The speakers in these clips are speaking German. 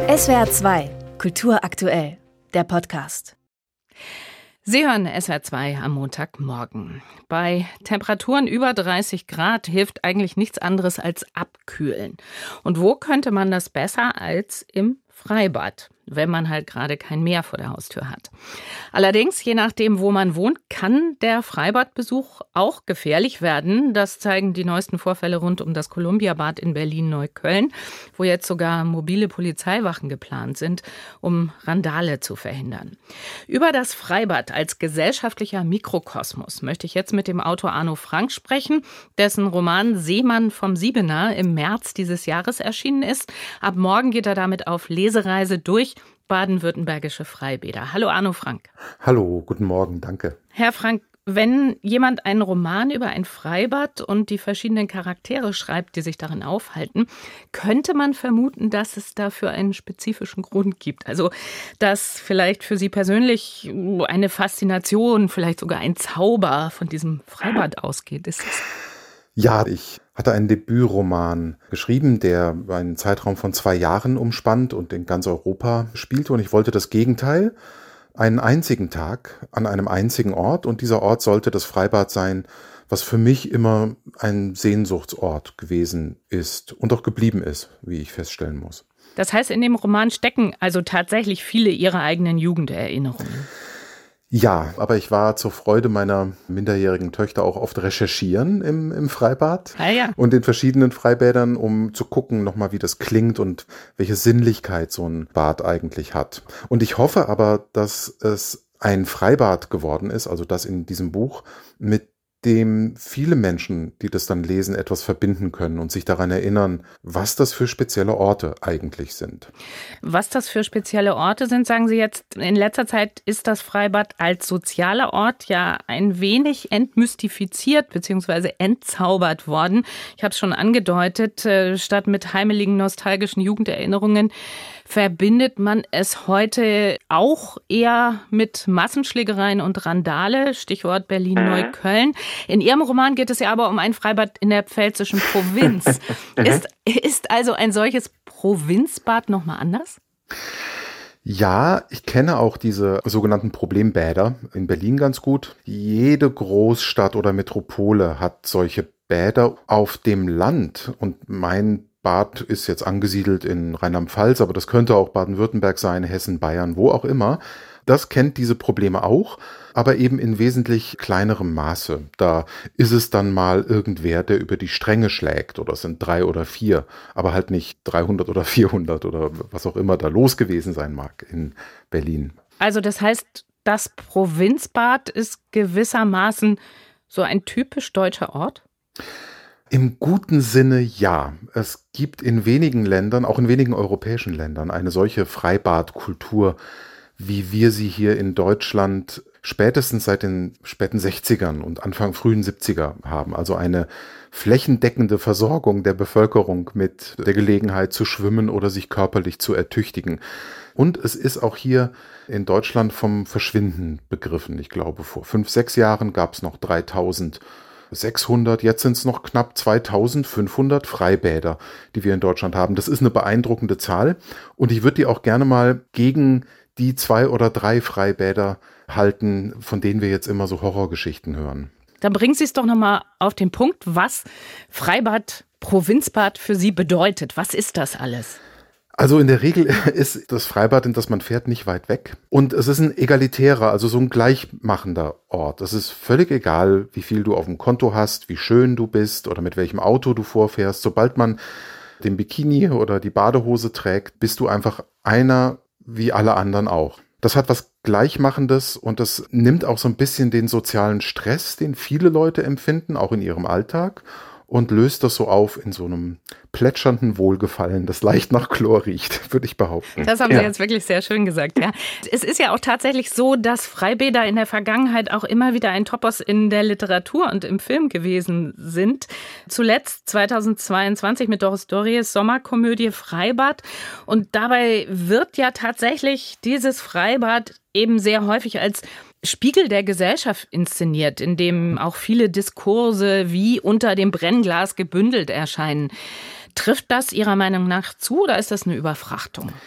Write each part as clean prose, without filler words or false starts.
SWR 2, Kultur aktuell, der Podcast. Sie hören SWR 2 am Montagmorgen. Bei Temperaturen über 30 Grad hilft eigentlich nichts anderes als abkühlen. Und wo könnte man das besser als im Freibad, wenn man halt gerade kein Meer vor der Haustür hat. Allerdings, je nachdem, wo man wohnt, kann der Freibadbesuch auch gefährlich werden. Das zeigen die neuesten Vorfälle rund um das Columbiabad in Berlin-Neukölln, wo jetzt sogar mobile Polizeiwachen geplant sind, um Randale zu verhindern. Über das Freibad als gesellschaftlicher Mikrokosmos möchte ich jetzt mit dem Autor Arno Frank sprechen, dessen Roman Seemann vom Siebener im März dieses Jahres erschienen ist. Ab morgen geht er damit auf Lesereise durch baden-württembergische Freibäder. Hallo Arno Frank. Hallo, guten Morgen, danke. Herr Frank, wenn jemand einen Roman über ein Freibad und die verschiedenen Charaktere schreibt, die sich darin aufhalten, könnte man vermuten, dass es dafür einen spezifischen Grund gibt. Also, dass vielleicht für Sie persönlich eine Faszination, vielleicht sogar ein Zauber von diesem Freibad ausgeht. Ist das? Ja, ich hatte einen Debütroman geschrieben, der einen Zeitraum von 2 Jahren umspannt und in ganz Europa spielte. Und ich wollte das Gegenteil, einen einzigen Tag an einem einzigen Ort. Und dieser Ort sollte das Freibad sein, was für mich immer ein Sehnsuchtsort gewesen ist und auch geblieben ist, wie ich feststellen muss. Das heißt, in dem Roman stecken also tatsächlich viele Ihrer eigenen Jugenderinnerungen. Ja, aber ich war zur Freude meiner minderjährigen Töchter auch oft recherchieren im Freibad und in verschiedenen Freibädern, um zu gucken nochmal, wie das klingt und welche Sinnlichkeit so ein Bad eigentlich hat. Und ich hoffe aber, dass es ein Freibad geworden ist, also das in diesem Buch, mit dem viele Menschen, die das dann lesen, etwas verbinden können und sich daran erinnern, was das für spezielle Orte eigentlich sind. Was das für spezielle Orte sind, sagen Sie jetzt. In letzter Zeit ist das Freibad als sozialer Ort ja ein wenig entmystifiziert bzw. entzaubert worden. Ich habe es schon angedeutet, statt mit heimeligen nostalgischen Jugenderinnerungen verbindet man es heute auch eher mit Massenschlägereien und Randale, Stichwort Berlin-Neukölln. In Ihrem Roman geht es ja aber um ein Freibad in der pfälzischen Provinz. Ist also ein solches Provinzbad nochmal anders? Ja, ich kenne auch diese sogenannten Problembäder in Berlin ganz gut. Jede Großstadt oder Metropole hat solche Bäder auf dem Land und mein Bad ist jetzt angesiedelt in Rheinland-Pfalz, aber das könnte auch Baden-Württemberg sein, Hessen, Bayern, wo auch immer. Das kennt diese Probleme auch, aber eben in wesentlich kleinerem Maße. Da ist es dann mal irgendwer, der über die Stränge schlägt, oder es sind 3 oder 4, aber halt nicht 300 oder 400 oder was auch immer da los gewesen sein mag in Berlin. Also das heißt, das Provinzbad ist gewissermaßen so ein typisch deutscher Ort? Im guten Sinne ja. Es gibt in wenigen Ländern, auch in wenigen europäischen Ländern, eine solche Freibadkultur, wie wir sie hier in Deutschland spätestens seit den späten 60ern und Anfang frühen 70er haben. Also eine flächendeckende Versorgung der Bevölkerung mit der Gelegenheit zu schwimmen oder sich körperlich zu ertüchtigen. Und es ist auch hier in Deutschland vom Verschwinden begriffen. Ich glaube, vor 5, 6 Jahren gab es noch 3600, jetzt sind es noch knapp 2500 Freibäder, die wir in Deutschland haben. Das ist eine beeindruckende Zahl und ich würde die auch gerne mal gegen die 2 oder 3 Freibäder halten, von denen wir jetzt immer so Horrorgeschichten hören. Dann bringen Sie es doch nochmal auf den Punkt, was Freibad, Provinzbad für Sie bedeutet. Was ist das alles? Also in der Regel ist das Freibad, in das man fährt, nicht weit weg. Und es ist ein egalitärer, also so ein gleichmachender Ort. Es ist völlig egal, wie viel du auf dem Konto hast, wie schön du bist oder mit welchem Auto du vorfährst. Sobald man den Bikini oder die Badehose trägt, bist du einfach einer wie alle anderen auch. Das hat was Gleichmachendes und das nimmt auch so ein bisschen den sozialen Stress, den viele Leute empfinden, auch in ihrem Alltag. Und löst das so auf in so einem plätschernden Wohlgefallen, das leicht nach Chlor riecht, würde ich behaupten. Das haben Sie jetzt wirklich sehr schön gesagt, ja. Es ist ja auch tatsächlich so, dass Freibäder in der Vergangenheit auch immer wieder ein Topos in der Literatur und im Film gewesen sind. Zuletzt 2022 mit Doris Dörries Sommerkomödie Freibad. Und dabei wird ja tatsächlich dieses Freibad eben sehr häufig als Spiegel der Gesellschaft inszeniert, in dem auch viele Diskurse wie unter dem Brennglas gebündelt erscheinen. Trifft das Ihrer Meinung nach zu oder ist das eine Überfrachtung?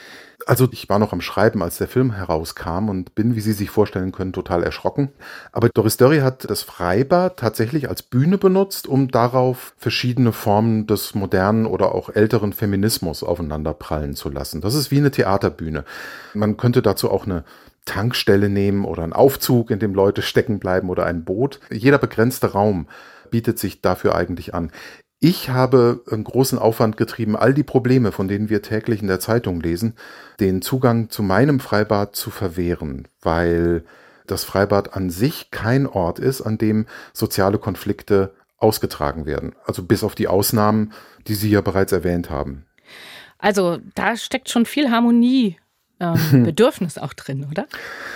Also ich war noch am Schreiben, als der Film herauskam und bin, wie Sie sich vorstellen können, total erschrocken. Aber Doris Dörri hat das Freibad tatsächlich als Bühne benutzt, um darauf verschiedene Formen des modernen oder auch älteren Feminismus aufeinanderprallen zu lassen. Das ist wie eine Theaterbühne. Man könnte dazu auch eine Tankstelle nehmen oder einen Aufzug, in dem Leute stecken bleiben oder ein Boot. Jeder begrenzte Raum bietet sich dafür eigentlich an. Ich habe einen großen Aufwand getrieben, all die Probleme, von denen wir täglich in der Zeitung lesen, den Zugang zu meinem Freibad zu verwehren, weil das Freibad an sich kein Ort ist, an dem soziale Konflikte ausgetragen werden. Also bis auf die Ausnahmen, die Sie ja bereits erwähnt haben. Also da steckt schon viel Harmonie, Bedürfnis auch drin, oder?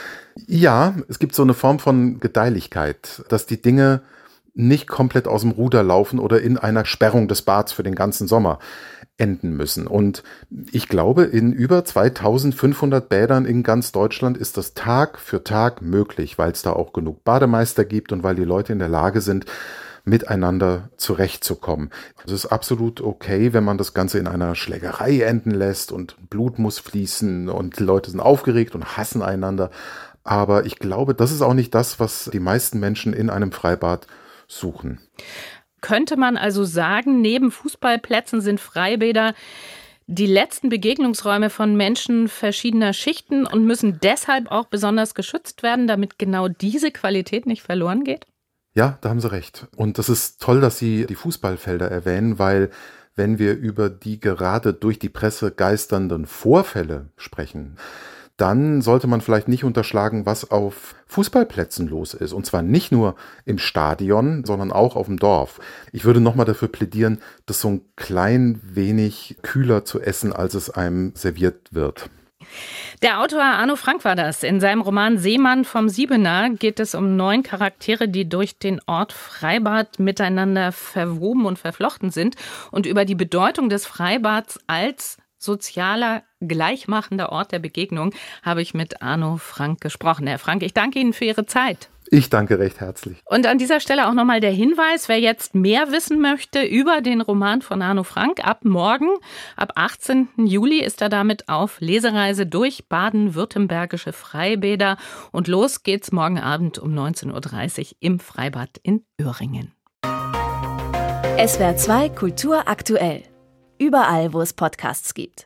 Ja, es gibt so eine Form von Gedeihlichkeit, dass die Dinge nicht komplett aus dem Ruder laufen oder in einer Sperrung des Bads für den ganzen Sommer enden müssen. Und ich glaube, in über 2500 Bädern in ganz Deutschland ist das Tag für Tag möglich, weil es da auch genug Bademeister gibt und weil die Leute in der Lage sind, miteinander zurechtzukommen. Es ist absolut okay, wenn man das Ganze in einer Schlägerei enden lässt und Blut muss fließen und die Leute sind aufgeregt und hassen einander. Aber ich glaube, das ist auch nicht das, was die meisten Menschen in einem Freibad suchen. Könnte man also sagen, neben Fußballplätzen sind Freibäder die letzten Begegnungsräume von Menschen verschiedener Schichten und müssen deshalb auch besonders geschützt werden, damit genau diese Qualität nicht verloren geht? Ja, da haben Sie recht. Und das ist toll, dass Sie die Fußballfelder erwähnen, weil wenn wir über die gerade durch die Presse geisternden Vorfälle sprechen, dann sollte man vielleicht nicht unterschlagen, was auf Fußballplätzen los ist. Und zwar nicht nur im Stadion, sondern auch auf dem Dorf. Ich würde nochmal dafür plädieren, das so ein klein wenig kühler zu essen, als es einem serviert wird. Der Autor Arno Frank war das. In seinem Roman Seemann vom Siebener geht es um 9 Charaktere, die durch den Ort Freibad miteinander verwoben und verflochten sind. Und über die Bedeutung des Freibads als sozialer, gleichmachender Ort der Begegnung habe ich mit Arno Frank gesprochen. Herr Frank, ich danke Ihnen für Ihre Zeit. Ich danke recht herzlich. Und an dieser Stelle auch nochmal der Hinweis, wer jetzt mehr wissen möchte über den Roman von Arno Frank, ab morgen, ab 18. Juli ist er damit auf Lesereise durch baden-württembergische Freibäder. Und los geht's morgen Abend um 19.30 Uhr im Freibad in Öhringen. SWR 2 Kultur aktuell. Überall, wo es Podcasts gibt.